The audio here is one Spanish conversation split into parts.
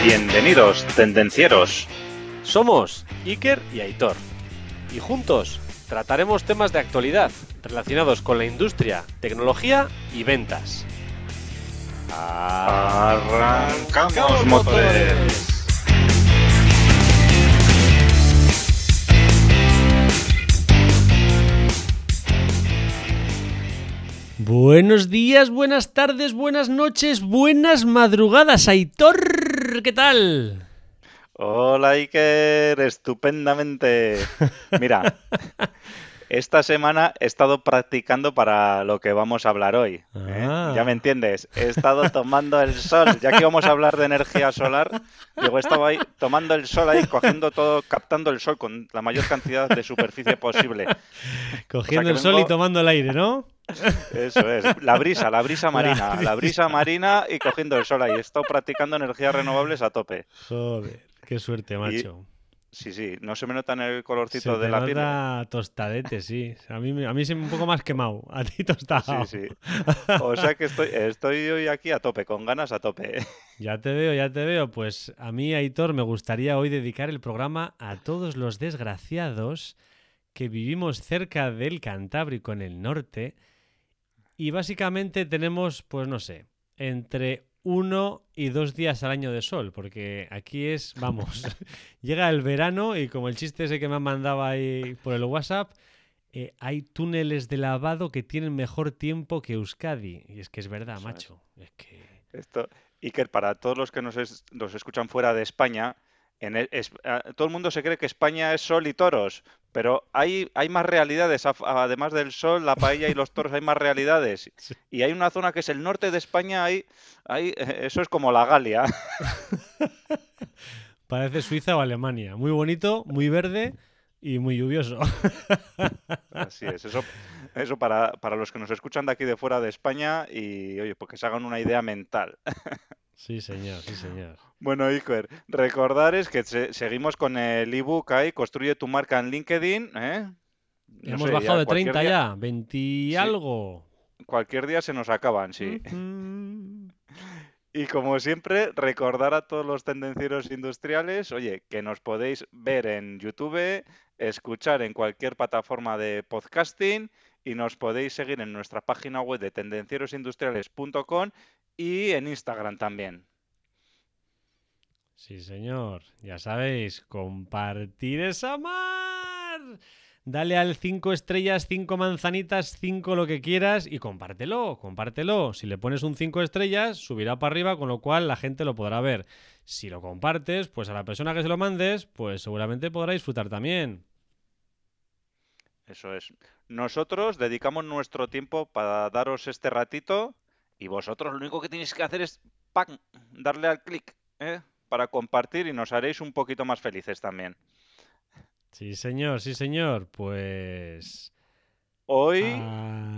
Bienvenidos, tendencieros. Somos Iker y Aitor, y juntos trataremos temas de actualidad relacionados con la industria, tecnología y ventas. ¡Arrancamos motores! Buenos días, buenas tardes, buenas noches, buenas madrugadas, Aitor, ¿qué tal? Hola Iker, estupendamente. Mira, esta semana he estado practicando para lo que vamos a hablar hoy. Ya me entiendes, he estado tomando el sol, ya que vamos a hablar de energía solar. Digo, he estado ahí tomando el sol ahí, cogiendo todo, captando el sol con la mayor cantidad de superficie posible. Cogiendo el sol y tomando el aire, ¿no? Eso es, la brisa marina y cogiendo el sol ahí. He estado practicando energías renovables a tope. Joder, qué suerte, macho. Sí, no se me nota en el colorcito Se de te la piel. nota tostadete, sí. A mí se me un poco más quemado, a ti tostado. Sí. O sea que estoy hoy aquí a tope, con ganas a tope. Ya te veo. Pues a mí, Aitor, me gustaría hoy dedicar el programa a todos los desgraciados que vivimos cerca del Cantábrico en el norte. Y básicamente tenemos, pues no sé, entre 1 y 2 días al año de sol, porque aquí es, vamos, llega el verano y como el chiste ese que me han mandado ahí por el WhatsApp, hay túneles de lavado que tienen mejor tiempo que Euskadi. Y es que es verdad, Eso macho. Es que... Iker, para todos los que nos escuchan fuera de España, todo el mundo se cree que España es sol y toros, pero hay más realidades. Además del sol, la paella y los toros, hay más realidades. Sí. Y hay una zona que es el norte de España, eso es como la Galia. Parece Suiza o Alemania. Muy bonito, muy verde y muy lluvioso. Así es, eso para los que nos escuchan de aquí de fuera de España y, oye, pues que se hagan una idea mental. Sí, señor. Bueno, Iker, recordaros que seguimos con el ebook ahí, Construye tu marca en LinkedIn, ¿eh? No Hemos sé, bajado ya de 30 día, ya, 20 y sí, algo. cualquier día se nos acaban, sí. Ujú. Y como siempre, recordar a todos los tendencieros industriales, oye, que nos podéis ver en YouTube, escuchar en cualquier plataforma de podcasting y nos podéis seguir en nuestra página web de tendencierosindustriales.com y en Instagram también. Sí, señor. Ya sabéis, compartir es amar. Dale al 5 estrellas, 5 manzanitas, 5 lo que quieras y compártelo. Si le pones un 5 estrellas, subirá para arriba, con lo cual la gente lo podrá ver. Si lo compartes, pues a la persona que se lo mandes, pues seguramente podrá disfrutar también. Eso es. Nosotros dedicamos nuestro tiempo para daros este ratito y vosotros lo único que tenéis que hacer es ¡pam! Darle al clic, ¿eh? Para compartir y nos haréis un poquito más felices también. Sí, señor. Pues... Hoy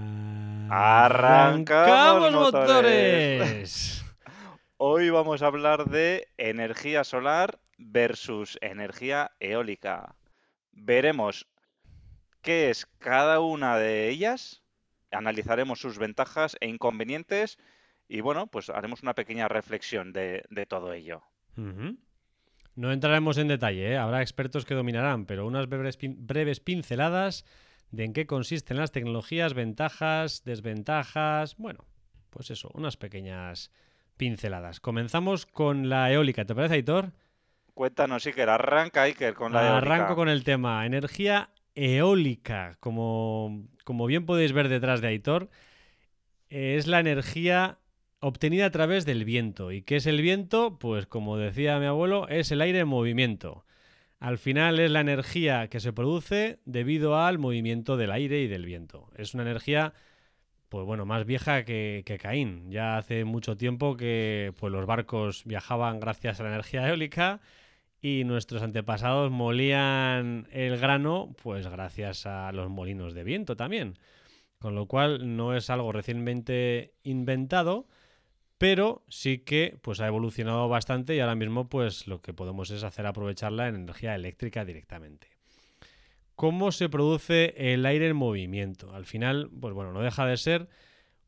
arrancamos ¡Arrancamos motores. motores! Hoy vamos a hablar de energía solar versus energía eólica. Veremos qué es cada una de ellas, analizaremos sus ventajas e inconvenientes y bueno, pues haremos una pequeña reflexión de todo ello. Ujú. No entraremos en detalle, ¿eh? Habrá expertos que dominarán, pero unas breves pinceladas de en qué consisten las tecnologías, ventajas, desventajas, bueno, pues eso, unas pequeñas pinceladas. Comenzamos con la eólica, ¿te parece, Aitor? Cuéntanos, Iker, arranca Iker con la Arranco eólica. con el tema, energía eólica, como bien podéis ver detrás de Aitor, es la energía obtenida a través del viento. ¿Y qué es el viento? Pues como decía mi abuelo, es el aire en movimiento. Al final es la energía que se produce debido al movimiento del aire y del viento. Es una energía, pues bueno, más vieja que Caín. Ya hace mucho tiempo que pues, los barcos viajaban gracias a la energía eólica y nuestros antepasados molían el grano, pues gracias a los molinos de viento también. Con lo cual no es algo recientemente inventado, pero sí que pues ha evolucionado bastante y ahora mismo pues lo que podemos es hacer aprovecharla en energía eléctrica directamente. ¿Cómo se produce el aire en movimiento? Al final, pues bueno, no deja de ser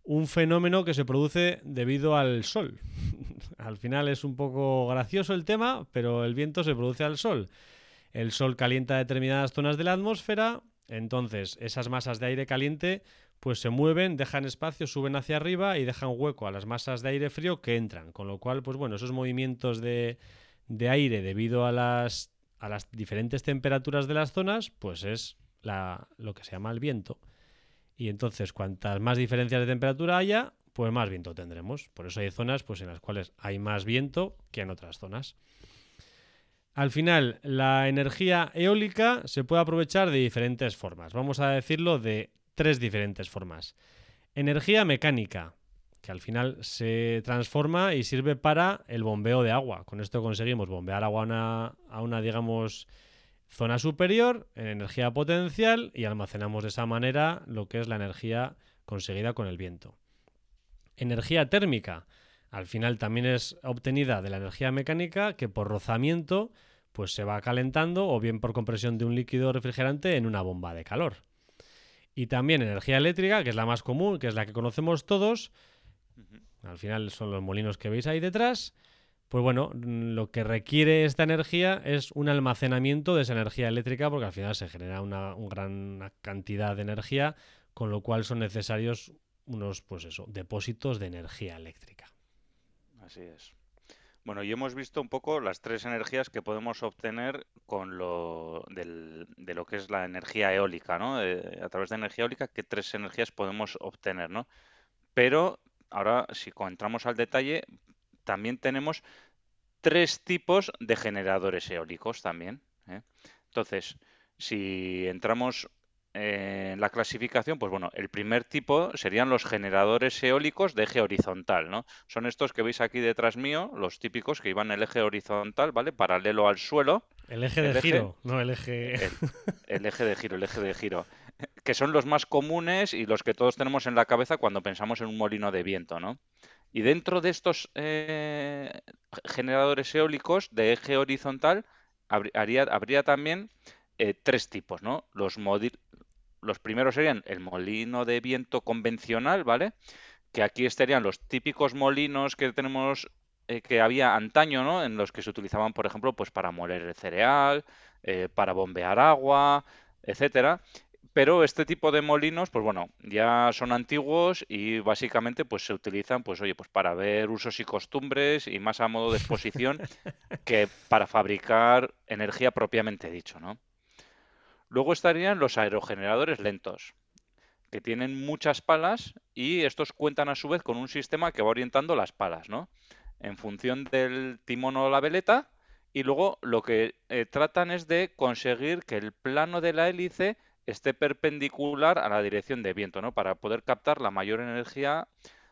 un fenómeno que se produce debido al sol. Al final es un poco gracioso el tema, pero el viento se produce al sol. El sol calienta determinadas zonas de la atmósfera, entonces esas masas de aire caliente pues se mueven, dejan espacio, suben hacia arriba y dejan hueco a las masas de aire frío que entran. Con lo cual, pues bueno, esos movimientos de aire debido a las diferentes temperaturas de las zonas, pues es lo que se llama el viento. Y entonces, cuantas más diferencias de temperatura haya, pues más viento tendremos. Por eso hay zonas pues, en las cuales hay más viento que en otras zonas. Al final, la energía eólica se puede aprovechar de diferentes formas. Vamos a decirlo de 3 diferentes formas. Energía mecánica, que al final se transforma y sirve para el bombeo de agua. Con esto conseguimos bombear agua a una digamos, zona superior en energía potencial y almacenamos de esa manera lo que es la energía conseguida con el viento. Energía térmica, al final también es obtenida de la energía mecánica que por rozamiento pues se va calentando o bien por compresión de un líquido refrigerante en una bomba de calor. Y también energía eléctrica, que es la más común, que es la que conocemos todos. Al final son los molinos que veis ahí detrás. Pues bueno, lo que requiere esta energía es un almacenamiento de esa energía eléctrica porque al final se genera una gran cantidad de energía, con lo cual son necesarios unos depósitos de energía eléctrica. Así es. Bueno, y hemos visto un poco las 3 energías que podemos obtener con de lo que es la energía eólica, ¿no? A través de energía eólica, ¿qué 3 energías podemos obtener, ¿no? Pero ahora, si entramos al detalle, también tenemos 3 tipos de generadores eólicos también, ¿eh? Entonces, si entramos en la clasificación, pues bueno, el primer tipo serían los generadores eólicos de eje horizontal, ¿no? Son estos que veis aquí detrás mío, los típicos que iban el eje horizontal, ¿vale? Paralelo al suelo. El eje de giro, no el eje... El eje de giro, que son los más comunes y los que todos tenemos en la cabeza cuando pensamos en un molino de viento, ¿no? Y dentro de estos generadores eólicos de eje horizontal habría también 3 tipos, ¿no? Los primeros serían el molino de viento convencional, ¿vale? Que aquí estarían los típicos molinos que tenemos, que había antaño, ¿no? En los que se utilizaban, por ejemplo, pues para moler el cereal, para bombear agua, etcétera. Pero este tipo de molinos, pues bueno, ya son antiguos y básicamente pues se utilizan, pues oye, pues para ver usos y costumbres y más a modo de exposición que para fabricar energía propiamente dicho, ¿no? Luego estarían los aerogeneradores lentos, que tienen muchas palas y estos cuentan a su vez con un sistema que va orientando las palas, ¿no? En función del timón o la veleta, y luego lo que tratan es de conseguir que el plano de la hélice esté perpendicular a la dirección de viento, ¿no? Para poder captar la mayor energía,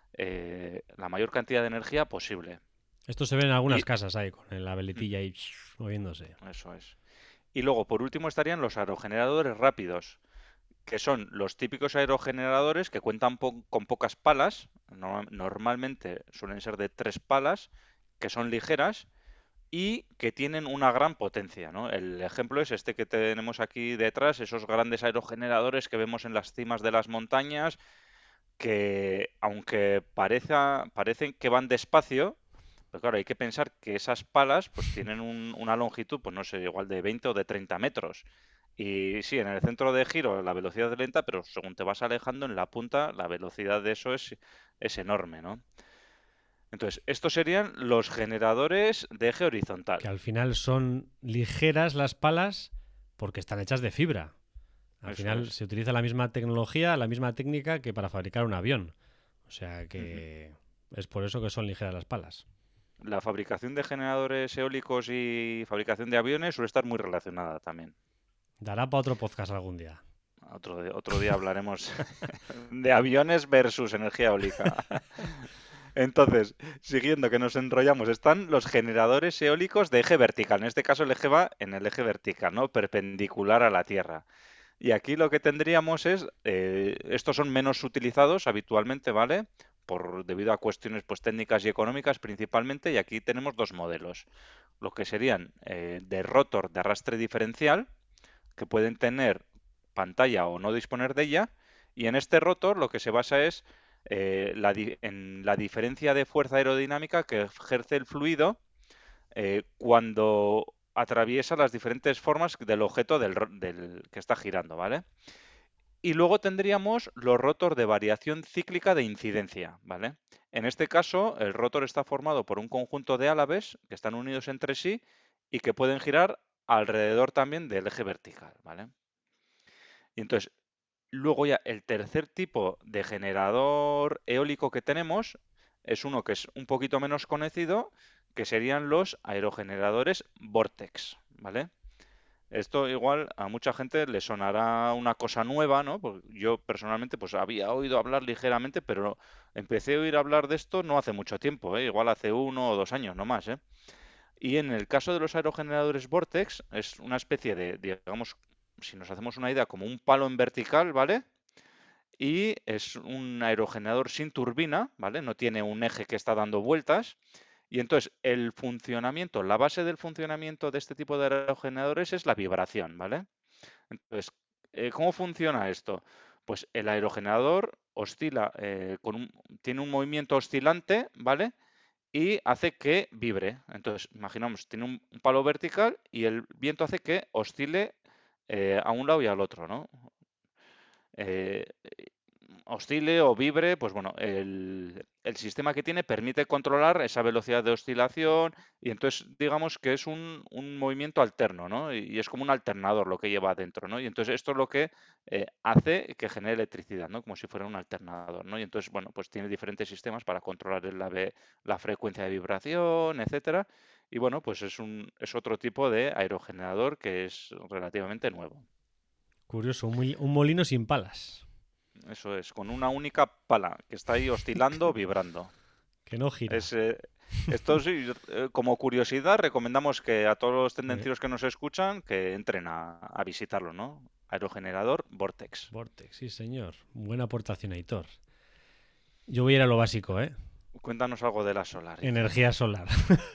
la mayor cantidad de energía posible. Esto se ve en algunas Y casas ahí, con la veletilla ahí moviéndose. eso es. Y luego, por último, estarían los aerogeneradores rápidos, que son los típicos aerogeneradores que cuentan con pocas palas, normalmente suelen ser de 3 palas, que son ligeras y que tienen una gran potencia, ¿no? El ejemplo es este que tenemos aquí detrás, esos grandes aerogeneradores que vemos en las cimas de las montañas, que aunque parecen que van despacio, pero claro, hay que pensar que esas palas pues tienen una longitud, pues no sé, igual de 20 o de 30 metros. Y sí, en el centro de giro la velocidad es lenta, pero según te vas alejando en la punta, la velocidad de eso es enorme, ¿no? Entonces, estos serían los generadores de eje horizontal. Que al final son ligeras las palas porque están hechas de fibra. Al Eso final es. se utiliza la misma tecnología, la misma técnica que para fabricar un avión. O sea que es por eso que son ligeras las palas. La fabricación de generadores eólicos y fabricación de aviones suele estar muy relacionada también. Dará para otro podcast algún día. Otro día hablaremos de aviones versus energía eólica. Entonces, siguiendo que nos enrollamos, están los generadores eólicos de eje vertical. En este caso el eje va en el eje vertical, ¿no? Perpendicular a la Tierra. Y aquí lo que tendríamos es, estos son menos utilizados habitualmente, ¿vale? Debido a cuestiones pues técnicas y económicas principalmente, y aquí tenemos 2 modelos. Lo que serían de rotor de arrastre diferencial, que pueden tener pantalla o no disponer de ella, y en este rotor lo que se basa es en la diferencia de fuerza aerodinámica que ejerce el fluido cuando atraviesa las diferentes formas del objeto del que está girando, ¿vale? Y luego tendríamos los rotors de variación cíclica de incidencia, ¿vale? En este caso, el rotor está formado por un conjunto de álabes que están unidos entre sí y que pueden girar alrededor también del eje vertical, ¿vale? Y entonces, luego ya el tercer tipo de generador eólico que tenemos es uno que es un poquito menos conocido, que serían los aerogeneradores Vortex, ¿vale? Esto igual a mucha gente le sonará una cosa nueva, ¿no? Porque yo personalmente pues había oído hablar ligeramente, pero empecé a oír hablar de esto no hace mucho tiempo, ¿eh? Igual hace 1 o 2 años, no más, ¿eh? Y en el caso de los aerogeneradores Vortex es una especie de, digamos, si nos hacemos una idea, como un palo en vertical, ¿vale? Y es un aerogenerador sin turbina, ¿vale? No tiene un eje que está dando vueltas. Y entonces el funcionamiento, la base del funcionamiento de este tipo de aerogeneradores es la vibración, ¿vale? Entonces, ¿cómo funciona esto? Pues el aerogenerador oscila, tiene un movimiento oscilante, ¿vale? Y hace que vibre. Entonces, imaginamos, tiene un palo vertical y el viento hace que oscile a un lado y al otro, ¿no? Eh, Oscile o vibre, pues bueno, el sistema que tiene permite controlar esa velocidad de oscilación y entonces digamos que es un movimiento alterno, ¿no? Y es como un alternador lo que lleva adentro, ¿no? Y entonces esto es lo que hace que genere electricidad, ¿no? Como si fuera un alternador, ¿no? Y entonces, bueno, pues tiene diferentes sistemas para controlar la frecuencia de vibración, etcétera. Y bueno, pues es otro tipo de aerogenerador que es relativamente nuevo. Curioso, un molino sin palas, Eso es, con una única pala que está ahí oscilando, vibrando. que no gira. Es, esto sí, como curiosidad, recomendamos que a todos los Eh, tendencieros que nos escuchan que entren a visitarlo, ¿no? Aerogenerador Vortex. Vortex, sí, señor. Buena aportación, Aitor. Yo voy a ir a lo básico, ¿eh? Cuéntanos algo de la solar, Iker. Energía solar.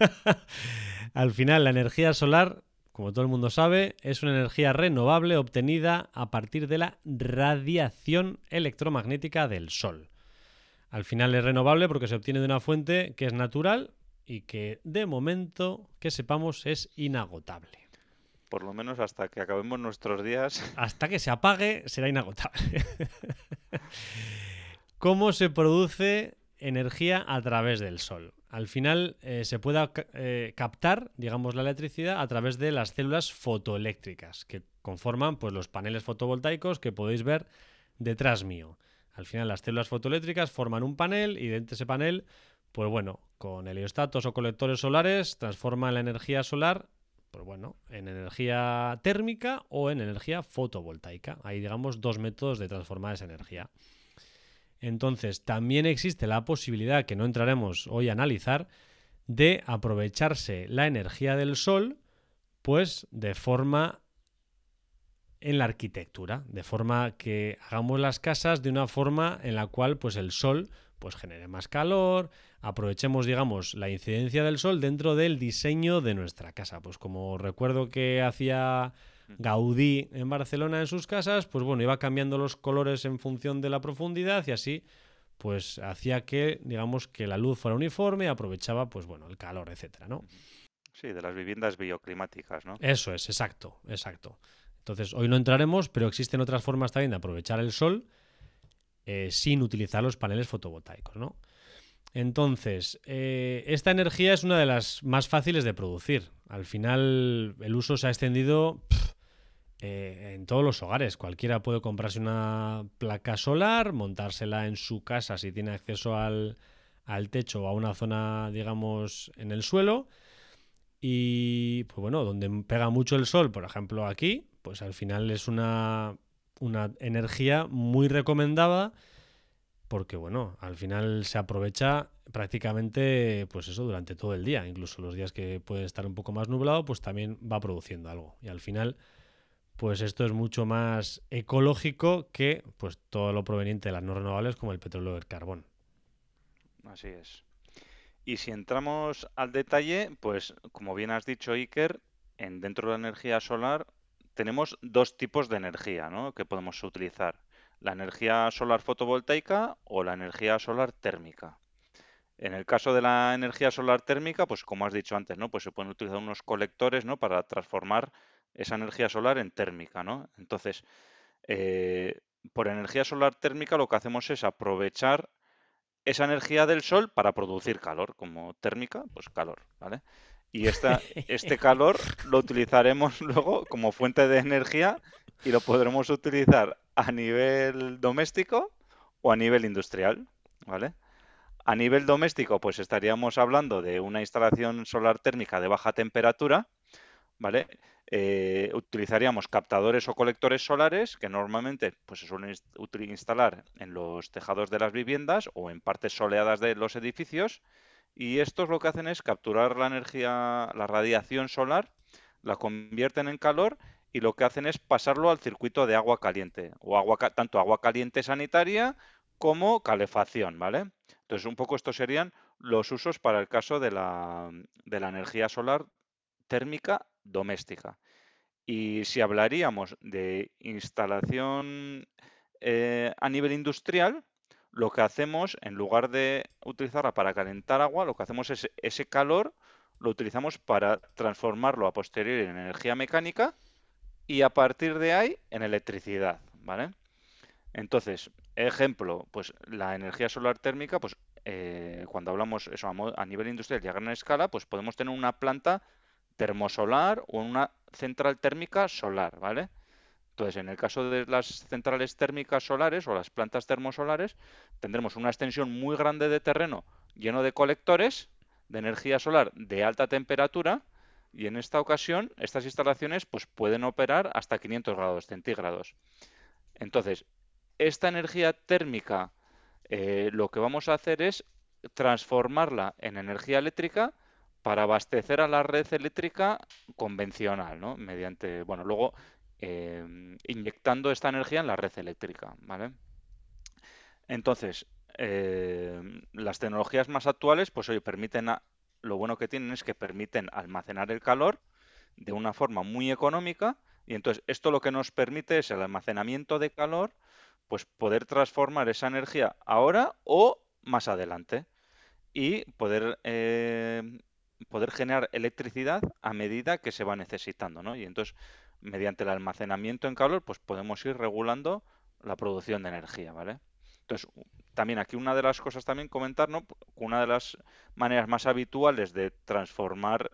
Al final, la energía solar, como todo el mundo sabe, es una energía renovable obtenida a partir de la radiación electromagnética del Sol. Al final es renovable porque se obtiene de una fuente que es natural y que de momento, que sepamos, es inagotable. Por lo menos hasta que acabemos nuestros días. Hasta que se apague será inagotable. ¿Cómo se produce energía a través del Sol? Al final se puede captar, digamos, la electricidad a través de las células fotoeléctricas que conforman pues, los paneles fotovoltaicos que podéis ver detrás mío. Al final las células fotoeléctricas forman un panel y dentro de ese panel, pues bueno, con heliostatos o colectores solares transforman la energía solar, pues bueno, en energía térmica o en energía fotovoltaica. Hay, digamos, dos métodos de transformar esa energía. Entonces, también existe la posibilidad, que no entraremos hoy a analizar, de aprovecharse la energía del sol, pues de forma en la arquitectura, de forma que hagamos las casas de una forma en la cual pues el sol pues genere más calor, aprovechemos digamos la incidencia del sol dentro del diseño de nuestra casa. Pues como recuerdo que hacía Gaudí en Barcelona en sus casas, pues bueno, iba cambiando los colores en función de la profundidad y así pues hacía que digamos que la luz fuera uniforme y aprovechaba pues bueno, el calor, etcétera, ¿no? Sí, de las viviendas bioclimáticas, ¿no? Eso es, exacto, exacto. Entonces, hoy no entraremos, pero existen otras formas también de aprovechar el sol sin utilizar los paneles fotovoltaicos, ¿no? Entonces, esta energía es una de las más fáciles de producir. Al final, el uso se ha extendido en todos los hogares. Cualquiera puede comprarse una placa solar, montársela en su casa si tiene acceso al techo o a una zona, digamos, en el suelo. Y, pues bueno, donde pega mucho el sol, por ejemplo aquí, pues al final es una energía muy recomendada porque, bueno, al final se aprovecha prácticamente, pues eso, durante todo el día. Incluso los días que puede estar un poco más nublado, pues también va produciendo algo. Y al final, pues esto es mucho más ecológico que pues todo lo proveniente de las no renovables como el petróleo o el carbón. Así es. Y si entramos al detalle, pues como bien has dicho, Iker, dentro de la energía solar tenemos dos tipos de energía, ¿no? Que podemos utilizar. la energía solar fotovoltaica o la energía solar térmica. En el caso de la energía solar térmica, pues como has dicho antes, ¿no? Pues se pueden utilizar unos colectores, ¿no? Para transformar esa energía solar en térmica, ¿no? Entonces, eh, por energía solar térmica lo que hacemos es aprovechar esa energía del sol para producir calor, como térmica, pues calor, ¿vale? Y este calor lo utilizaremos luego como fuente de energía y lo podremos utilizar a nivel doméstico o a nivel industrial, ¿vale? A nivel doméstico, pues estaríamos hablando de una instalación solar térmica de baja temperatura, ¿vale? Utilizaríamos captadores o colectores solares que normalmente pues, se suelen instalar en los tejados de las viviendas o en partes soleadas de los edificios y estos lo que hacen es capturar la energía, la radiación solar, la convierten en calor y lo que hacen es pasarlo al circuito de agua caliente o tanto agua caliente sanitaria como calefacción, ¿vale? Entonces un poco estos serían los usos para el caso de la energía solar térmica doméstica. Y si hablaríamos de instalación a nivel industrial, lo que hacemos, en lugar de utilizarla para calentar agua, lo que hacemos es ese calor lo utilizamos para transformarlo a posteriori en energía mecánica y a partir de ahí en electricidad, ¿vale? Entonces, ejemplo, pues la energía solar térmica, pues cuando hablamos eso a nivel industrial y a gran escala, pues podemos tener una planta termosolar o una central térmica solar, ¿vale? Entonces, en el caso de las centrales térmicas solares o las plantas termosolares, tendremos una extensión muy grande de terreno lleno de colectores de energía solar de alta temperatura y en esta ocasión estas instalaciones pues, pueden operar hasta 500 grados centígrados. Entonces, esta energía térmica lo que vamos a hacer es transformarla en energía eléctrica para abastecer a la red eléctrica convencional, ¿no? Mediante, bueno, luego inyectando esta energía en la red eléctrica, ¿vale? Entonces, las tecnologías más actuales, pues oye, lo bueno que tienen es que permiten almacenar el calor de una forma muy económica y entonces esto lo que nos permite es el almacenamiento de calor, pues poder transformar esa energía ahora o más adelante y poder generar electricidad a medida que se va necesitando, ¿no? Y entonces, mediante el almacenamiento en calor, pues podemos ir regulando la producción de energía, ¿vale? Entonces, también aquí una de las cosas también comentar, ¿no? Una de las maneras más habituales de transformar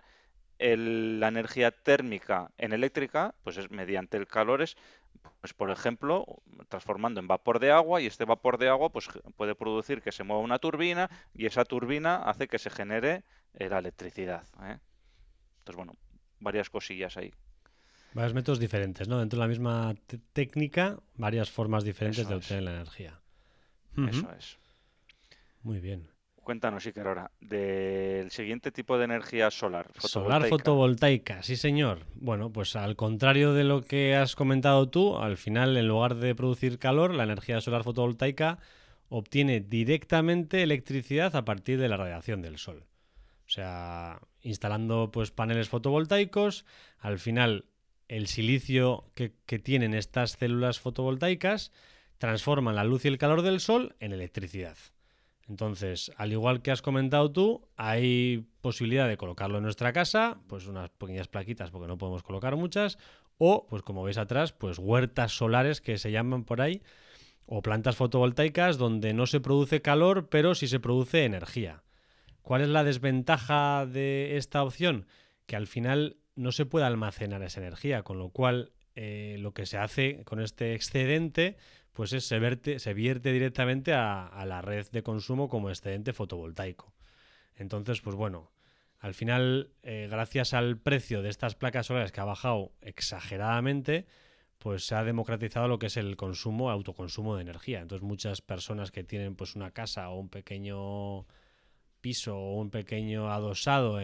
la energía térmica en eléctrica, pues es mediante el calor, pues por ejemplo, transformando en vapor de agua y este vapor de agua pues puede producir que se mueva una turbina y esa turbina hace que se genere la electricidad, ¿eh? Entonces, bueno, varias cosillas ahí. Varios métodos diferentes, ¿no? Dentro de la misma técnica, varias formas diferentes Eso de es, obtener la energía. eso Ujú. es. Muy bien. Cuéntanos, Iker, ahora, del siguiente tipo de energía solar, Solar fotovoltaica. fotovoltaica, sí señor. Bueno, pues al contrario de lo que has comentado tú, al final en lugar de producir calor, la energía solar fotovoltaica obtiene directamente electricidad a partir de la radiación del sol. O sea, instalando pues paneles fotovoltaicos, al final el silicio que tienen estas células fotovoltaicas transforman la luz y el calor del sol en electricidad. Entonces, al igual que has comentado tú, hay posibilidad de colocarlo en nuestra casa, pues unas pequeñas plaquitas porque no podemos colocar muchas, o, pues como veis atrás, pues huertas solares que se llaman por ahí, o plantas fotovoltaicas donde no se produce calor, pero sí se produce energía. ¿Cuál es la desventaja de esta opción? Que al final no se puede almacenar esa energía, con lo cual lo que se hace con este excedente pues se vierte directamente a la red de consumo como excedente fotovoltaico. Entonces, pues bueno, al final, gracias al precio de estas placas solares que ha bajado exageradamente, pues se ha democratizado lo que es el consumo, autoconsumo de energía. Entonces, muchas personas que tienen pues una casa o un pequeño piso o un pequeño adosado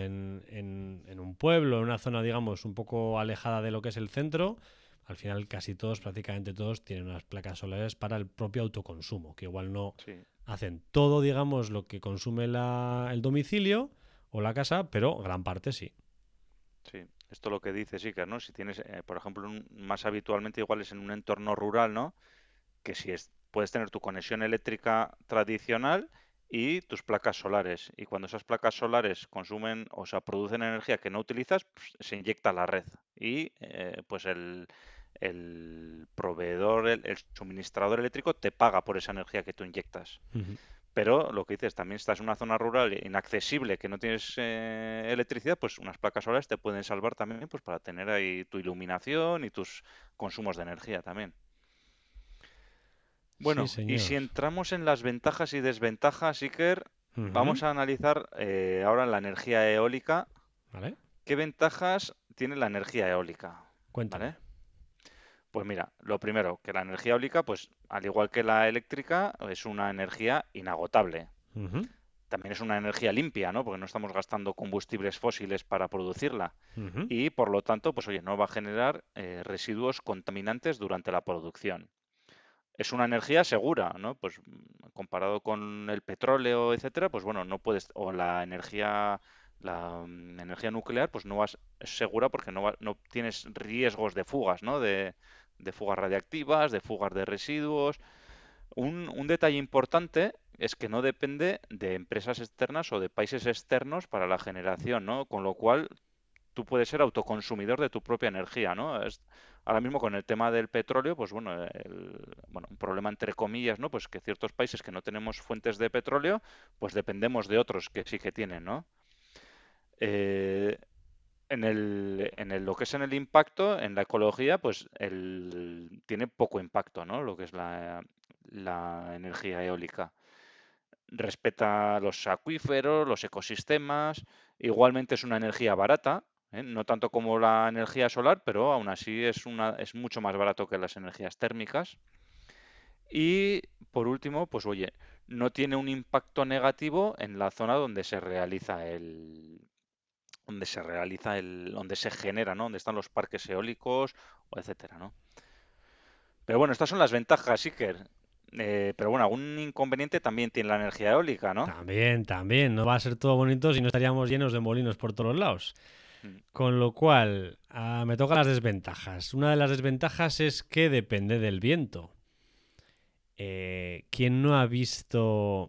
en un pueblo, en una zona, digamos, un poco alejada de lo que es el centro, al final casi todos, prácticamente todos, tienen unas placas solares para el propio autoconsumo, que igual no Sí, hacen todo, digamos, lo que consume el domicilio o la casa, pero gran parte sí. sí. Esto lo que dice Iker, ¿no? Si tienes, por ejemplo, más habitualmente igual es en un entorno rural, ¿no? Que si puedes tener tu conexión eléctrica tradicional y tus placas solares. Y cuando esas placas solares consumen, o sea, producen energía que no utilizas, pues, se inyecta a la red. Y pues el proveedor, el suministrador eléctrico te paga por esa energía que tú inyectas. Ujú. Pero lo que dices, también estás en una zona rural inaccesible que no tienes electricidad, pues unas placas solares te pueden salvar también pues para tener ahí tu iluminación y tus consumos de energía también. Sí, Bueno, y señor. si entramos en las ventajas y desventajas, Iker, Ujú. vamos a analizar ahora la energía eólica. ¿Vale? ¿Qué ventajas tiene la energía eólica? Cuéntame. ¿Vale? Pues mira, lo primero, que la energía eólica, pues al igual que la eléctrica, es una energía inagotable. Ujú. También es una energía limpia, ¿no? Porque no estamos gastando combustibles fósiles para producirla. Ujú. Y por lo tanto, pues oye, no va a generar residuos contaminantes durante la producción. Es una energía segura, ¿no? Pues comparado con el petróleo, etcétera, pues bueno, no puedes, o la energía nuclear, pues no vas, es segura porque no tienes riesgos de fugas, ¿no? De fugas radiactivas, de fugas de residuos. Un detalle importante es que no depende de empresas externas o de países externos para la generación, ¿no? Con lo cual tú puedes ser autoconsumidor de tu propia energía, ¿no? Ahora mismo con el tema del petróleo, pues bueno, bueno, un problema entre comillas, ¿no? Pues que ciertos países que no tenemos fuentes de petróleo, pues dependemos de otros que sí que tienen, ¿no? Eh, lo que es en el impacto, en la ecología, pues tiene poco impacto, ¿no? Lo que es la energía eólica. Respeta los acuíferos, los ecosistemas, igualmente es una energía barata, ¿eh? No tanto como la energía solar, pero aún así es mucho más barato que las energías térmicas. Y por último, pues oye, no tiene un impacto negativo en la zona donde se genera, ¿no? Donde están los parques eólicos, o etcétera, ¿no? Pero bueno, estas son las ventajas, Iker. Pero bueno, algún inconveniente también tiene la energía eólica, ¿no? También, también. No va a ser todo bonito si no estaríamos llenos de molinos por todos lados. Mm. Con lo cual, me tocan las desventajas. Una de las desventajas es que depende del viento. ¿Quién no ha visto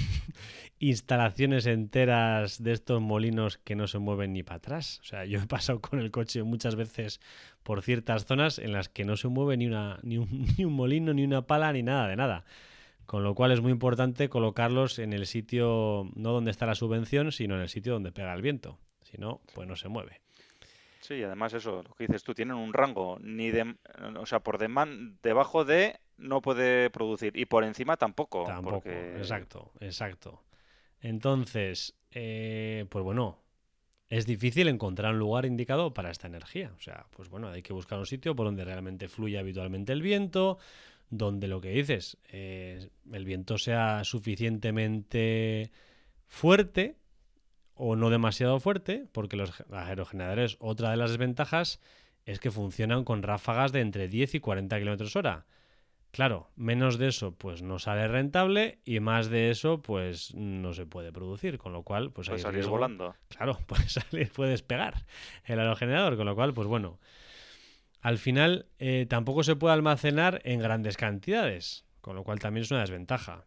instalaciones enteras de estos molinos que no se mueven ni para atrás? O sea, yo he pasado con el coche muchas veces por ciertas zonas en las que no se mueve ni un molino, ni una pala, ni nada de nada. Con lo cual es muy importante colocarlos en el sitio, no donde está la subvención, sino en el sitio donde pega el viento. Si no, pues no se mueve. Sí, además eso, lo que dices tú, tienen un rango, o sea, debajo de no puede producir y por encima tampoco, Tampoco, porque exacto, exacto. Entonces, pues bueno, es difícil encontrar un lugar indicado para esta energía. O sea, pues bueno, hay que buscar un sitio por donde realmente fluya habitualmente el viento, donde lo que dices, el viento sea suficientemente fuerte o no demasiado fuerte, porque los aerogeneradores, otra de las desventajas es que funcionan con ráfagas de entre 10 y 40 kilómetros hora. Claro, menos de eso pues no sale rentable y más de eso pues no se puede producir, con lo cual pues puede hay salir riesgo, volando. claro, puede salir, puede despegar el aerogenerador, con lo cual pues bueno, al final tampoco se puede almacenar en grandes cantidades, con lo cual también es una desventaja.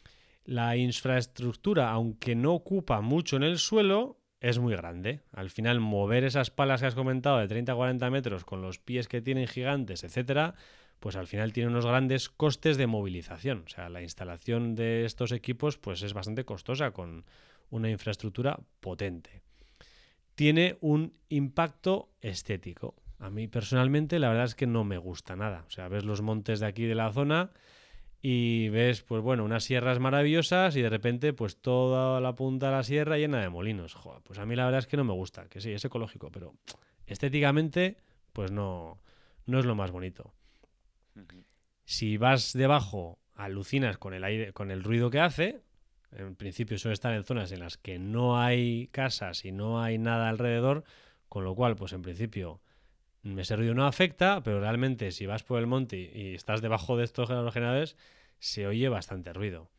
La infraestructura, aunque no ocupa mucho en el suelo, es muy grande. Al final, mover esas palas que has comentado de 30 a 40 metros con los pies que tienen gigantes, etcétera, pues al final tiene unos grandes costes de movilización. O sea, la instalación de estos equipos pues es bastante costosa con una infraestructura potente. Tiene un impacto estético. A mí personalmente la verdad es que no me gusta nada. O sea, ves los montes de aquí de la zona y ves, pues bueno, unas sierras maravillosas y de repente, pues toda la punta de la sierra llena de molinos. Joder, pues a mí la verdad es que no me gusta, que sí, es ecológico, pero estéticamente, pues no, no es lo más bonito. Ujú. Si vas debajo, alucinas con el aire, con el ruido que hace. En principio suele estar en zonas en las que no hay casas y no hay nada alrededor, con lo cual, pues en principio ese ruido no afecta, pero realmente si vas por el monte y estás debajo de estos aerogeneradores, se oye bastante ruido.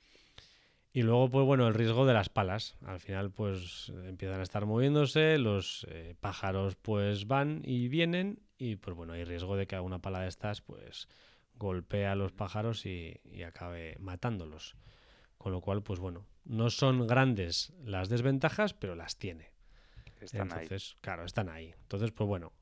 Y luego, pues bueno, el riesgo de las palas. Al final, pues empiezan a estar moviéndose, los pájaros pues van y vienen y pues bueno, hay riesgo de que alguna pala de estas pues golpee a los pájaros y acabe matándolos. Con lo cual, pues bueno, no son grandes las desventajas, pero las tiene. Entonces, claro, están ahí. Entonces, pues bueno,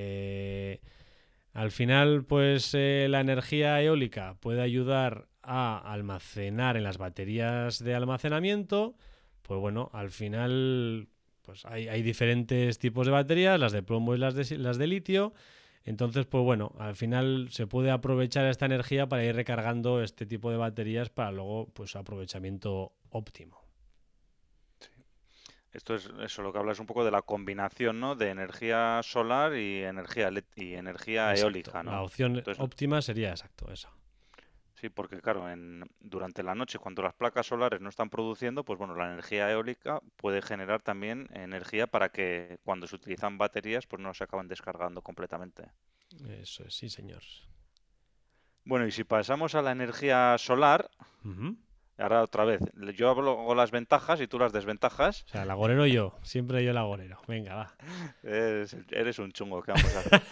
al final, pues la energía eólica puede ayudar a almacenar en las baterías de almacenamiento. Pues bueno, al final pues hay diferentes tipos de baterías, las de plomo y las de litio. Entonces, pues bueno, al final se puede aprovechar esta energía para ir recargando este tipo de baterías para luego, pues, aprovechamiento óptimo. Esto es eso, lo que hablas un poco de la combinación, ¿no? De energía solar y energía eólica, La ¿no? opción Entonces, óptima sería exacto esa. sí, porque claro, durante la noche, cuando las placas solares no están produciendo, pues bueno, la energía eólica puede generar también energía para que cuando se utilizan baterías, pues no se acaben descargando completamente. Eso es, sí, señor. Bueno, y si pasamos a la energía solar, Uh-huh. ahora otra vez, yo hablo las ventajas y tú las desventajas. O sea, el agorero yo, siempre yo el agorero. Venga, va. Eres un chungo, ¿qué vamos a hacer?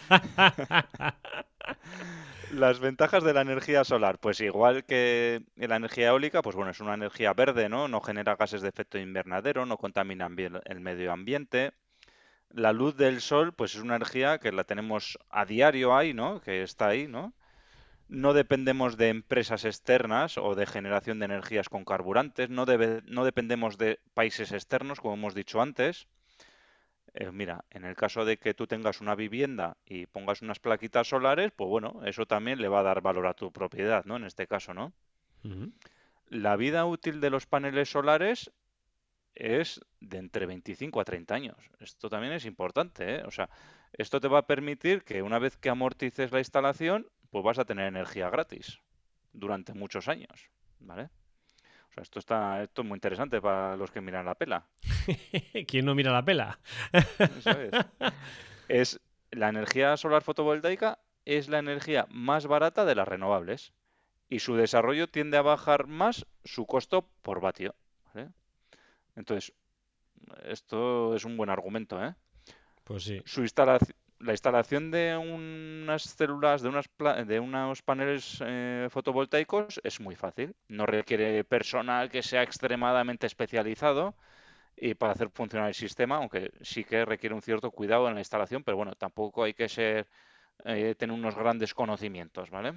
Las ventajas de la energía solar, pues igual que la energía eólica, pues bueno, es una energía verde, ¿no? No genera gases de efecto invernadero, no contamina el medio ambiente. La luz del sol, pues es una energía que la tenemos a diario ahí, ¿no? Que está ahí, ¿no? No dependemos de empresas externas o de generación de energías con carburantes, no dependemos de países externos, como hemos dicho antes. Mira, en el caso de que tú tengas una vivienda y pongas unas plaquitas solares, pues bueno, eso también le va a dar valor a tu propiedad, ¿no? En este caso, ¿no? Uh-huh. La vida útil de los paneles solares es de entre 25 a 30 años. Esto también es importante, ¿eh? O sea, esto te va a permitir que una vez que amortices la instalación, pues vas a tener energía gratis durante muchos años, ¿vale? O sea, esto es muy interesante para los que miran la pela. ¿Quién no mira la pela? Eso es. Es la energía solar fotovoltaica es la energía más barata de las renovables y su desarrollo tiende a bajar más su costo por vatio, ¿vale? Entonces, esto es un buen argumento, ¿eh? Pues sí. La instalación de unas células, de unos paneles fotovoltaicos es muy fácil. No requiere personal que sea extremadamente especializado y para hacer funcionar el sistema, aunque sí que requiere un cierto cuidado en la instalación, pero bueno, tampoco hay que tener unos grandes conocimientos, ¿vale?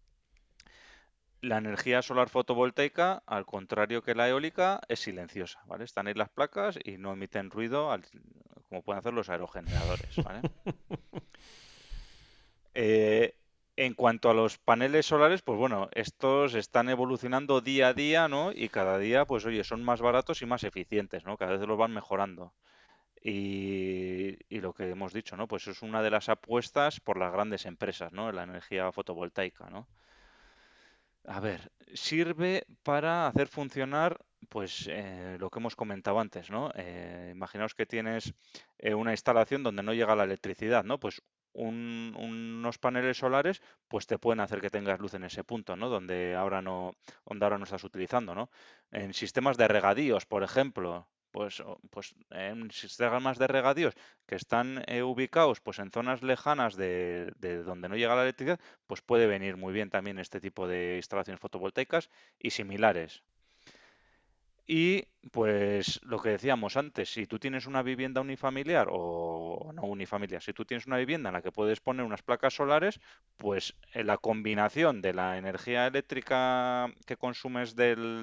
La energía solar fotovoltaica, al contrario que la eólica, es silenciosa, ¿vale? Están ahí las placas y no emiten ruido como pueden hacer los aerogeneradores, ¿vale? Eh, en cuanto a los paneles solares, pues bueno, estos están evolucionando día a día, ¿no? Y cada día, pues oye, son más baratos y más eficientes, ¿no? Cada vez los van mejorando. Y lo que hemos dicho, ¿no? Pues es una de las apuestas por las grandes empresas, ¿no? La energía fotovoltaica, ¿no? A ver, sirve para hacer funcionar, pues, lo que hemos comentado antes, ¿no? Imaginaos que tienes una instalación donde no llega la electricidad, ¿no? Pues unos paneles solares, pues te pueden hacer que tengas luz en ese punto, ¿no? Donde ahora no estás utilizando, ¿no? En sistemas de regadíos, por ejemplo, pues en sistemas de regadíos que están ubicados, pues, en zonas lejanas de donde no llega la electricidad, pues puede venir muy bien también este tipo de instalaciones fotovoltaicas y similares. Y pues lo que decíamos antes, si tú tienes una vivienda unifamiliar o no unifamiliar, si tú tienes una vivienda en la que puedes poner unas placas solares, pues la combinación de la energía eléctrica que consumes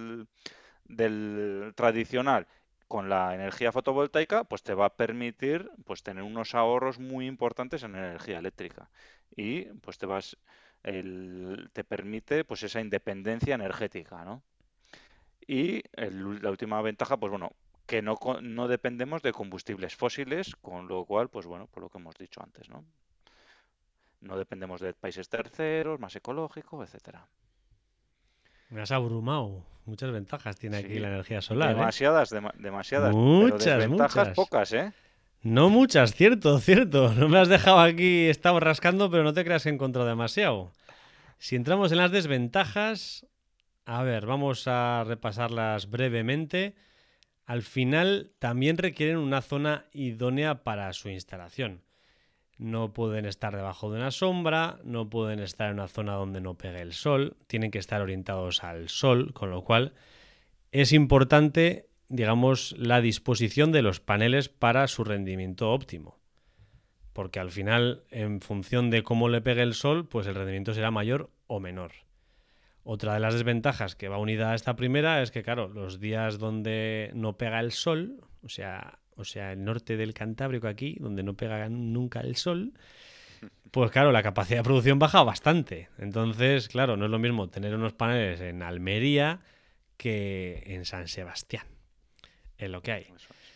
del tradicional con la energía fotovoltaica, pues te va a permitir pues tener unos ahorros muy importantes en energía eléctrica y pues te permite pues esa independencia energética, ¿no? Y la última ventaja, pues bueno, que no dependemos de combustibles fósiles, con lo cual, pues bueno, por lo que hemos dicho antes, ¿no? No dependemos de países terceros, más ecológico, etcétera. Me has abrumado. Muchas ventajas tiene aquí Sí, la energía solar, ¿eh? demasiadas, demasiadas, pero Muchas, desventajas muchas. pocas, ¿eh? No muchas, cierto, cierto. No me has dejado aquí, estaba rascando, pero no te creas que he encontrado demasiado. Si entramos en las desventajas, a ver, vamos a repasarlas brevemente. Al final también requieren una zona idónea para su instalación. no pueden estar debajo de una sombra, no pueden estar en una zona donde no pegue el sol, tienen que estar orientados al sol, con lo cual es importante, digamos, la disposición de los paneles para su rendimiento óptimo. Porque al final, en función de cómo le pegue el sol, pues el rendimiento será mayor o menor. Otra de las desventajas que va unida a esta primera es que, claro, los días donde no pega el sol, o sea, el norte del Cantábrico aquí, donde no pega nunca el sol, pues claro, la capacidad de producción baja bastante. Entonces, claro, no es lo mismo tener unos paneles en Almería que en San Sebastián. Es lo que hay. Eso es.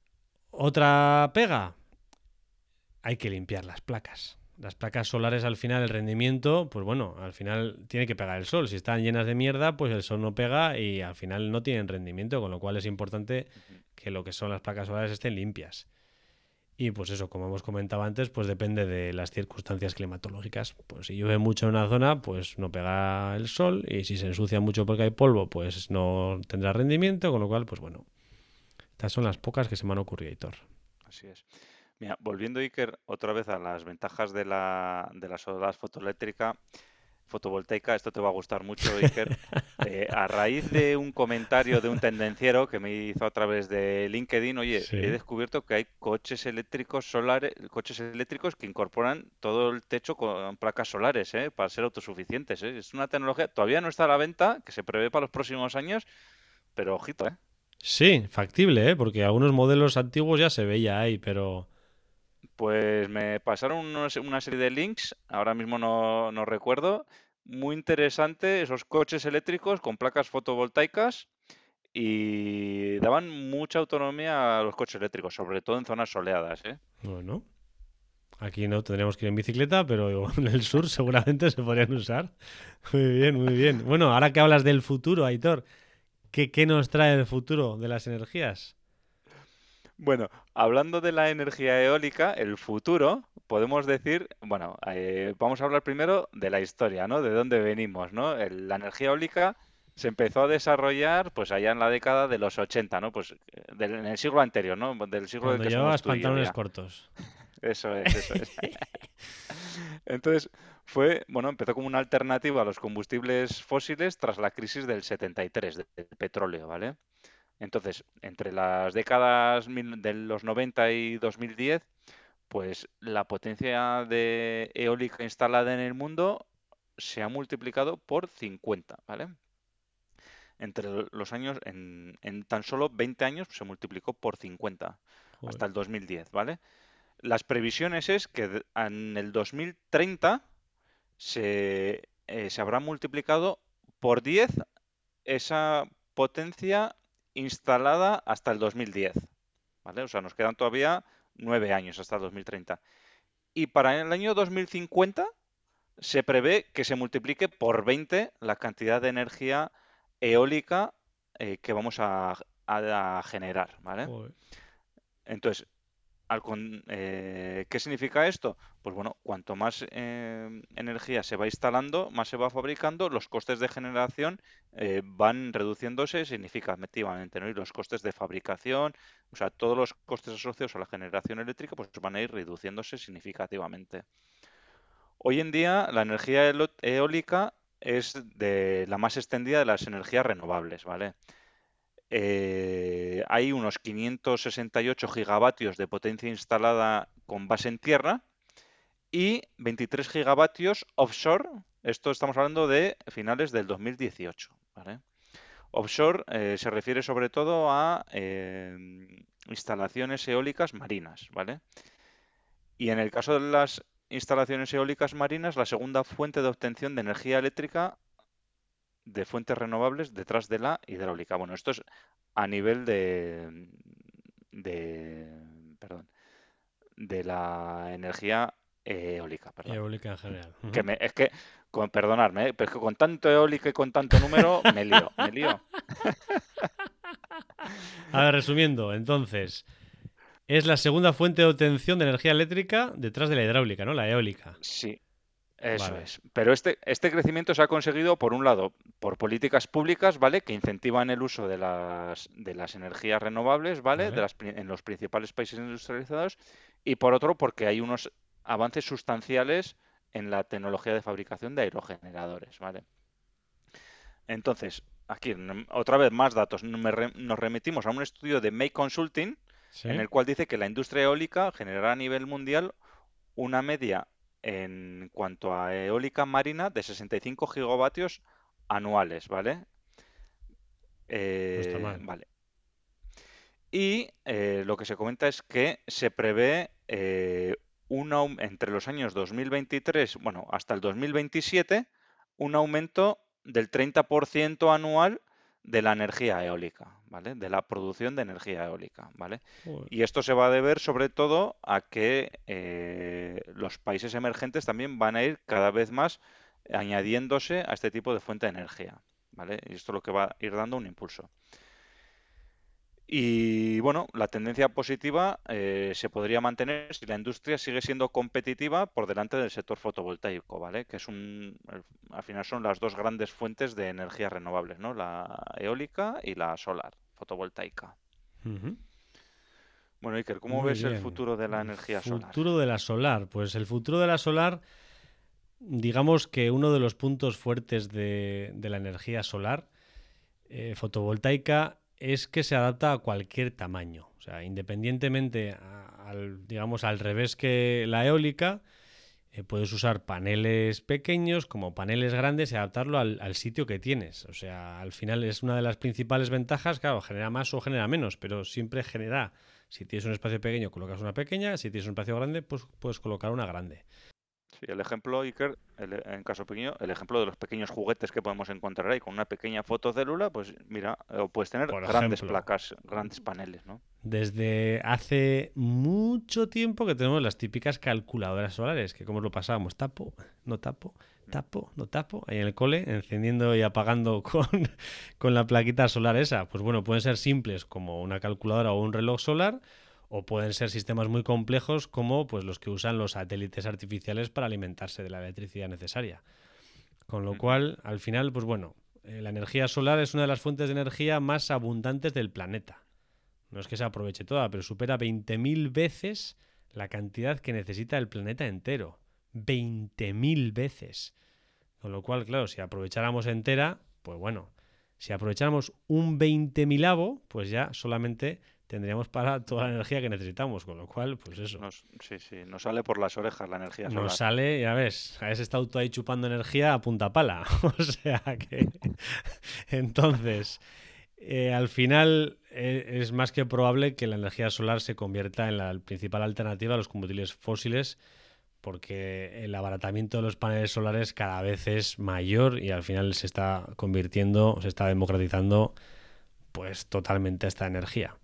Otra pega, hay que limpiar las placas. Las placas solares al final, el rendimiento, pues bueno, al final tiene que pegar el sol. Si están llenas de mierda, pues el sol no pega y al final no tienen rendimiento, con lo cual es importante que lo que son las placas solares estén limpias. Y pues eso, como hemos comentado antes, pues depende de las circunstancias climatológicas. Pues si llueve mucho en una zona, pues no pega el sol, y si se ensucia mucho porque hay polvo, pues no tendrá rendimiento, con lo cual, pues bueno, estas son las pocas que se me han ocurrido, Hitor. Así es. Mira, volviendo, Iker, otra vez a las ventajas de la solar fotovoltaica, esto te va a gustar mucho, Iker. A raíz de un comentario de un tendenciero que me hizo a través de LinkedIn, oye, he Sí. descubierto que hay coches eléctricos solares, coches eléctricos que incorporan todo el techo con placas solares, para ser autosuficientes, ¿eh? Es una tecnología, todavía no está a la venta, que se prevé para los próximos años, pero ojito, ¿eh? Sí, factible, ¿eh? Porque algunos modelos antiguos ya se veía ahí, pero... Pues me pasaron una serie de links, ahora mismo no recuerdo, muy interesante, esos coches eléctricos con placas fotovoltaicas y daban mucha autonomía a los coches eléctricos, sobre todo en zonas soleadas, ¿eh? Bueno, aquí no tendríamos que ir en bicicleta, pero en el sur seguramente se podrían usar. Muy bien, muy bien. Bueno, ahora que hablas del futuro, Aitor, ¿qué nos trae el futuro de las energías? Bueno, hablando de la energía eólica, el futuro, podemos decir, bueno, vamos a hablar primero de la historia, ¿no? De dónde venimos, ¿no? La energía eólica se empezó a desarrollar, pues allá en la década de los 80, ¿no? Pues en el siglo anterior, ¿no? Del siglo del Cuando que somos llevabas tú y yo pantalones ya. cortos. Eso es, eso es. Entonces, bueno, empezó como una alternativa a los combustibles fósiles tras la crisis del 73 del petróleo, ¿vale? Entonces, entre las décadas de los 90 y 2010, pues la potencia de eólica instalada en el mundo se ha multiplicado por 50, ¿vale? Entre los años, en tan solo 20 años se multiplicó por 50 Joder. hasta el 2010, ¿vale? Las previsiones es que en el 2030 se habrá multiplicado por 10 esa potencia instalada hasta el 2010, ¿vale? O sea, nos quedan todavía 9 años hasta el 2030. Y para el año 2050 se prevé que se multiplique por 20 la cantidad de energía eólica que vamos a generar, ¿vale? Joder. Entonces, ¿qué significa esto? Pues bueno, cuanto más energía se va instalando, más se va fabricando, los costes de generación van reduciéndose significativamente, ¿no? Y los costes de fabricación, o sea, todos los costes asociados a la generación eléctrica, pues van a ir reduciéndose significativamente. Hoy en día, la energía eólica es de la más extendida de las energías renovables, ¿vale? Hay unos 568 gigavatios de potencia instalada con base en tierra y 23 gigavatios offshore. Esto estamos hablando de finales del 2018, ¿vale? Offshore se refiere sobre todo a instalaciones eólicas marinas, ¿vale? Y en el caso de las instalaciones eólicas marinas, la segunda fuente de obtención de energía eléctrica de fuentes renovables detrás de la hidráulica. Bueno, esto es a nivel perdón, de la energía eólica, perdón. Eólica en general. Es que, perdonadme, pero es que con tanto eólica y con tanto número me lío, me lío. A ver, resumiendo, entonces, es la segunda fuente de obtención de energía eléctrica detrás de la hidráulica, ¿no? La eólica. Sí, eso Vale, es. Pero este crecimiento se ha conseguido, por un lado, por políticas públicas, ¿vale? Que incentivan el uso de las energías renovables, ¿vale? vale. En los principales países industrializados. Y por otro, porque hay unos avances sustanciales en la tecnología de fabricación de aerogeneradores, ¿vale? Entonces, aquí otra vez más datos. Nos remitimos a un estudio de May Consulting en Sí. el cual dice que la industria eólica generará a nivel mundial una media en cuanto a eólica marina de 65 gigavatios anuales, ¿vale? No está mal. Vale. Y lo que se comenta es que se prevé entre los años 2023, bueno, hasta el 2027, un aumento del 30% anual de la energía eólica, ¿vale? De la producción de energía eólica, ¿vale? Joder. Y esto se va a deber sobre todo a que los países emergentes también van a ir cada vez más añadiéndose a este tipo de fuente de energía, ¿vale? Y esto es lo que va a ir dando un impulso. Y bueno, la tendencia positiva se podría mantener si la industria sigue siendo competitiva por delante del sector fotovoltaico, ¿vale? Que es al final son las dos grandes fuentes de energías renovables, ¿no? La eólica y la solar, fotovoltaica. Ujú. Bueno, Iker, ¿cómo Muy ves el bien. futuro de la El energía solar? futuro de la solar. Pues el futuro de la solar, digamos que uno de los puntos fuertes de la energía solar fotovoltaica es que se adapta a cualquier tamaño. O sea, independientemente digamos, al revés que la eólica, puedes usar paneles pequeños como paneles grandes y adaptarlo al sitio que tienes. O sea, al final es una de las principales ventajas. Claro, genera más o genera menos, pero siempre genera. Si tienes un espacio pequeño, colocas una pequeña. Si tienes un espacio grande, pues puedes colocar una grande. Sí, el ejemplo, Iker, en caso pequeño, el ejemplo de los pequeños juguetes que podemos encontrar ahí con una pequeña fotocélula, pues mira, puedes tener Por grandes ejemplo, placas, grandes paneles, ¿no? desde hace mucho tiempo que tenemos las típicas calculadoras solares, que como lo pasábamos, tapo, no tapo, tapo, no tapo, ahí en el cole, encendiendo y apagando con la plaquita solar esa. Pues bueno, pueden ser simples como una calculadora o un reloj solar, o pueden ser sistemas muy complejos como pues los que usan los satélites artificiales para alimentarse de la electricidad necesaria. Con lo Ujú. cual, al final, pues bueno, la energía solar es una de las fuentes de energía más abundantes del planeta. No es que se aproveche toda, pero supera 20.000 veces la cantidad que necesita el planeta entero. 20.000 veces. Con lo cual, claro, si aprovecháramos entera, pues bueno, si aprovecháramos un 20.000avo, pues ya solamente tendríamos para toda la energía que necesitamos. Con lo cual, pues eso. Sí, sí, nos sale por las orejas la energía Nos solar. sale, ya ves, has estado tú ahí chupando energía a punta pala. O sea que. Entonces, al final es más que probable que la energía solar se convierta en la principal alternativa a los combustibles fósiles porque el abaratamiento de los paneles solares cada vez es mayor y al final se está convirtiendo, se está democratizando pues totalmente esta energía.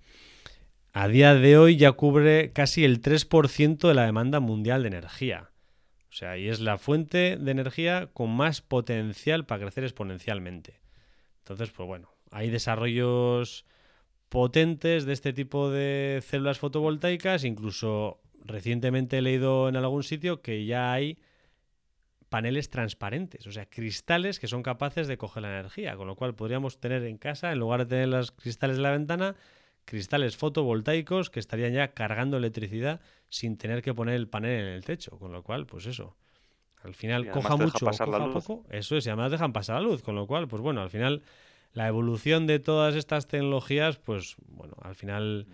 A día de hoy ya cubre casi el 3% de la demanda mundial de energía. O sea, y es la fuente de energía con más potencial para crecer exponencialmente. Entonces, pues bueno, hay desarrollos potentes de este tipo de células fotovoltaicas. Incluso recientemente he leído en algún sitio que ya hay paneles transparentes, o sea, cristales que son capaces de coger la energía, con lo cual podríamos tener en casa, en lugar de tener los cristales de la ventana, cristales fotovoltaicos que estarían ya cargando electricidad sin tener que poner el panel en el techo, con lo cual, pues eso, al final Y además coja te deja mucho o pasar la coja luz. poco, eso es, y además dejan pasar la luz, con lo cual, pues bueno, al final la evolución de todas estas tecnologías, pues bueno, al final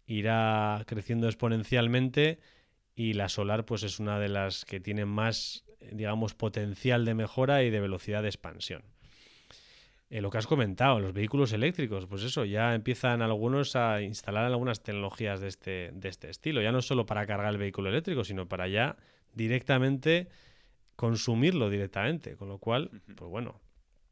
irá creciendo exponencialmente y la solar pues es una de las que tiene más, digamos, potencial de mejora y de velocidad de expansión. Lo que has comentado, los vehículos eléctricos, pues eso, ya empiezan algunos a instalar algunas tecnologías de este estilo, ya no solo para cargar el vehículo eléctrico, sino para ya directamente consumirlo directamente, con lo cual, Ujú. pues bueno.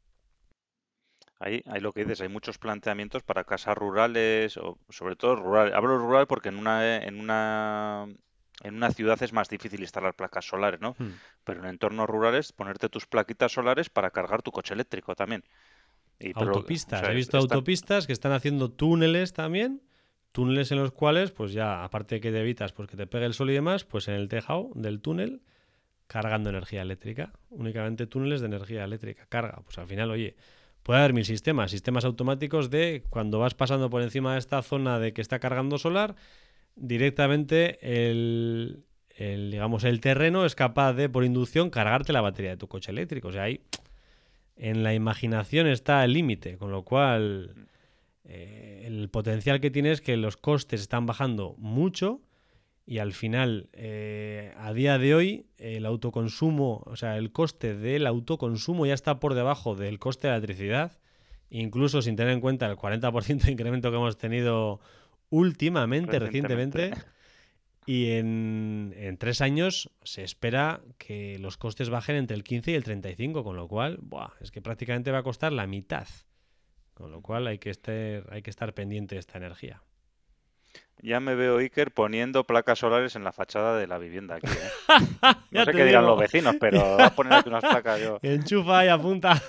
Ahí lo que dices, hay muchos planteamientos para casas rurales, o sobre todo rural. Hablo rural porque en una ciudad es más difícil instalar placas solares, ¿no? Hmm. Pero en entornos rurales, ponerte tus plaquitas solares para cargar tu coche eléctrico también. O Autopistas, sea, he visto autopistas que están haciendo túneles también, túneles en los cuales, pues ya, aparte de que te evitas pues que te pegue el sol y demás, pues en el tejado del túnel cargando energía eléctrica, únicamente túneles de energía eléctrica, carga, pues al final, oye, puede haber mil sistemas, sistemas automáticos de cuando vas pasando por encima de esta zona de que está cargando solar, directamente digamos, el terreno es capaz de, por inducción, cargarte la batería de tu coche eléctrico. O sea, ahí en la imaginación está el límite, con lo cual el potencial que tiene es que los costes están bajando mucho y al final, a día de hoy, el autoconsumo, o sea, el coste del autoconsumo ya está por debajo del coste de la electricidad, incluso sin tener en cuenta el 40% de incremento que hemos tenido recientemente. Y en 3 años se espera que los costes bajen entre el 15 y el 35, con lo cual, es que prácticamente va a costar la mitad. Con lo cual hay que estar pendiente de esta energía. Ya me veo Iker poniendo placas solares en la fachada de la vivienda aquí, ¿eh? No Ya sé te qué dirán digo. los vecinos, pero va a poner aquí unas placas yo. Enchufa y apunta.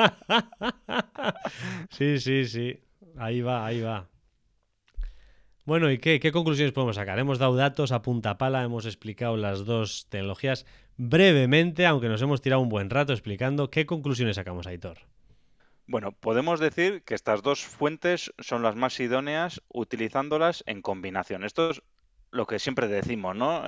Sí, sí, sí. Ahí va, ahí va. Bueno, ¿y qué conclusiones podemos sacar? Hemos dado datos a punta pala, hemos explicado las dos tecnologías brevemente, aunque nos hemos tirado un buen rato explicando. ¿Qué conclusiones sacamos, Aitor? Bueno, podemos decir que estas dos fuentes son las más idóneas utilizándolas en combinación. Esto es lo que siempre decimos, ¿no?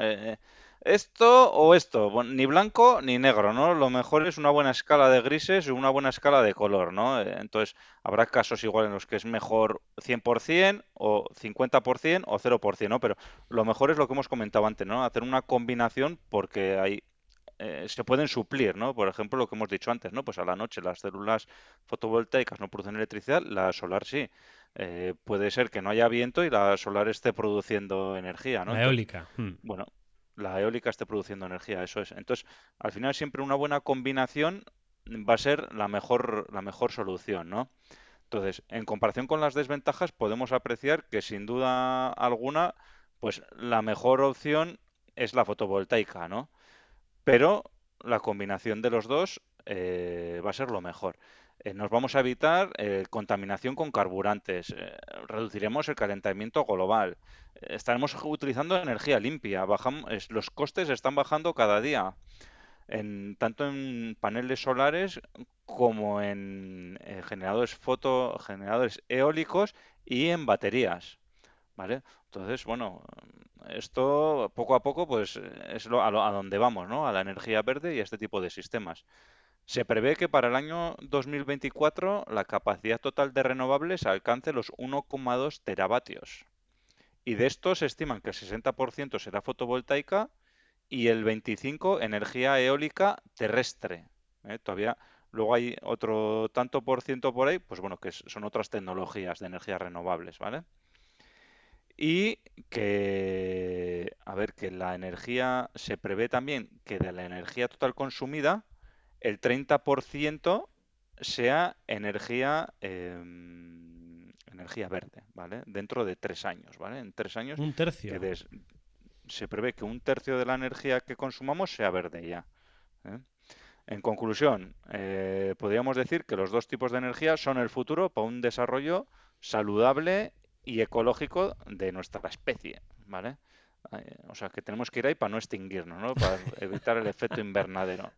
Esto o esto, bueno, ni blanco ni negro, ¿no? Lo mejor es una buena escala de grises y una buena escala de color, ¿no? Entonces, habrá casos igual en los que es mejor 100% o 50% o 0%, ¿no? Pero lo mejor es lo que hemos comentado antes, ¿no? Hacer una combinación porque hay se pueden suplir, ¿no? Por ejemplo, lo que hemos dicho antes, ¿no? Pues a la noche las células fotovoltaicas no producen electricidad, la solar sí. Puede ser que no haya viento y la solar esté produciendo energía, ¿no? La Entonces, eólica. bueno, la eólica esté produciendo energía, eso es. Entonces, al final siempre una buena combinación va a ser la mejor solución, ¿no? Entonces, en comparación con las desventajas, podemos apreciar que sin duda alguna, pues la mejor opción es la fotovoltaica, ¿no? Pero la combinación de los dos va a ser lo mejor. Nos vamos a evitar contaminación con carburantes, reduciremos el calentamiento global, estaremos utilizando energía limpia, los costes están bajando cada día, tanto en paneles solares como en generadores eólicos y en baterías. ¿Vale? Entonces, bueno, esto poco a poco pues es a donde vamos, ¿no? A la energía verde y a este tipo de sistemas. Se prevé que para el año 2024 la capacidad total de renovables alcance los 1,2 teravatios. Y de estos se estiman que el 60% será fotovoltaica y el 25% energía eólica terrestre. Todavía luego hay otro tanto por ciento por ahí, pues bueno, que son otras tecnologías de energías renovables, ¿vale? Y que, a ver, que la energía, se prevé también que de la energía total consumida, el 30% sea energía verde, ¿vale? Dentro de 3 años, ¿vale? En 3 años Un tercio. se prevé que un tercio de la energía que consumamos sea verde ya. ¿Eh? En conclusión, podríamos decir que los dos tipos de energía son el futuro para un desarrollo saludable y ecológico de nuestra especie, ¿vale? O sea, que tenemos que ir ahí para no extinguirnos, ¿no? Para evitar el efecto invernadero.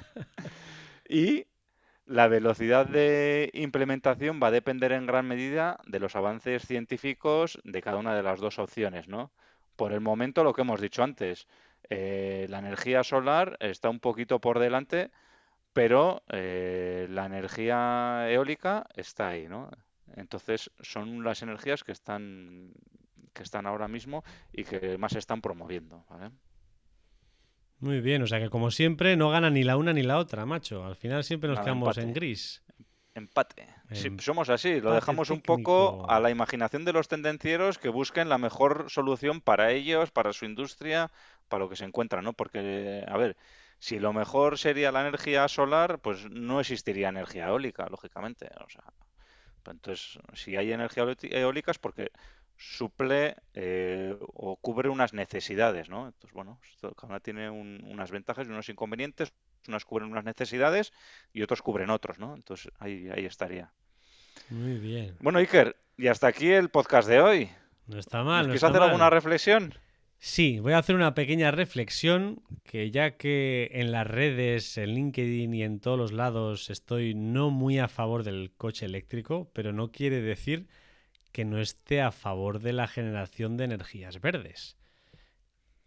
Y la velocidad de implementación va a depender en gran medida de los avances científicos de cada una de las dos opciones, ¿no? Por el momento, lo que hemos dicho antes, la energía solar está un poquito por delante, pero la energía eólica está ahí, ¿no? Entonces son las energías que están ahora mismo y que más se están promoviendo, ¿vale? Muy bien, o sea que como siempre no gana ni la una ni la otra, macho. Al final siempre nos Nada, quedamos en empate. gris. Empate. Sí, somos así, lo Empate dejamos un poco técnico. a la imaginación de los tendencieros que busquen la mejor solución para ellos, para su industria, para lo que se encuentran, ¿no? Porque, a ver, si lo mejor sería la energía solar, pues no existiría energía eólica, lógicamente. O sea, entonces, si hay energía eólica es porque suple o cubre unas necesidades, ¿no? Entonces, bueno, cada una tiene unas ventajas y unos inconvenientes. Unas cubren unas necesidades y otros cubren otros, ¿no? Entonces, ahí estaría. Muy bien. Bueno, Iker, y hasta aquí el podcast de hoy. No está mal, ¿Nos no quieres está hacer alguna mal. reflexión? Sí, voy a hacer una pequeña reflexión que ya que en las redes, en LinkedIn y en todos los lados estoy no muy a favor del coche eléctrico, pero no quiere decir que no esté a favor de la generación de energías verdes.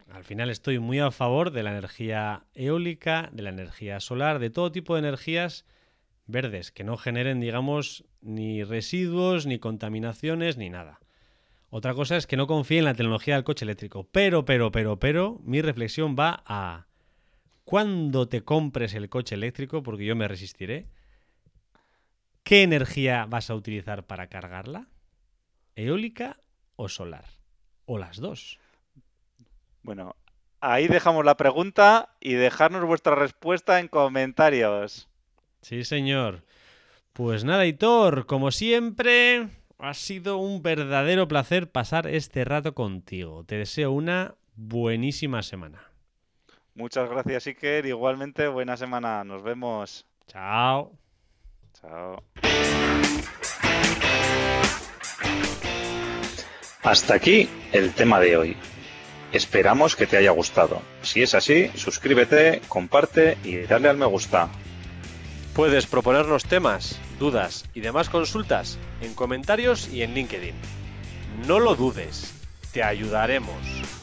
Al final estoy muy a favor de la energía eólica, de la energía solar, de todo tipo de energías verdes, que no generen, digamos, ni residuos, ni contaminaciones, ni nada. Otra cosa es que no confíe en la tecnología del coche eléctrico. Pero, mi reflexión va a... Cuando te compres el coche eléctrico, porque yo me resistiré, ¿qué energía vas a utilizar para cargarla? ¿Eólica o solar? ¿O las dos? Bueno, ahí dejamos la pregunta y dejarnos vuestra respuesta en comentarios. Sí, señor. Pues nada, Hitor, como siempre, ha sido un verdadero placer pasar este rato contigo. Te deseo una buenísima semana. Muchas gracias, Iker. Igualmente, buena semana. Nos vemos. Chao. Chao. Hasta aquí el tema de hoy. Esperamos que te haya gustado. Si es así, suscríbete, comparte y dale al me gusta. Puedes proponernos temas, dudas y demás consultas en comentarios y en LinkedIn. No lo dudes, te ayudaremos.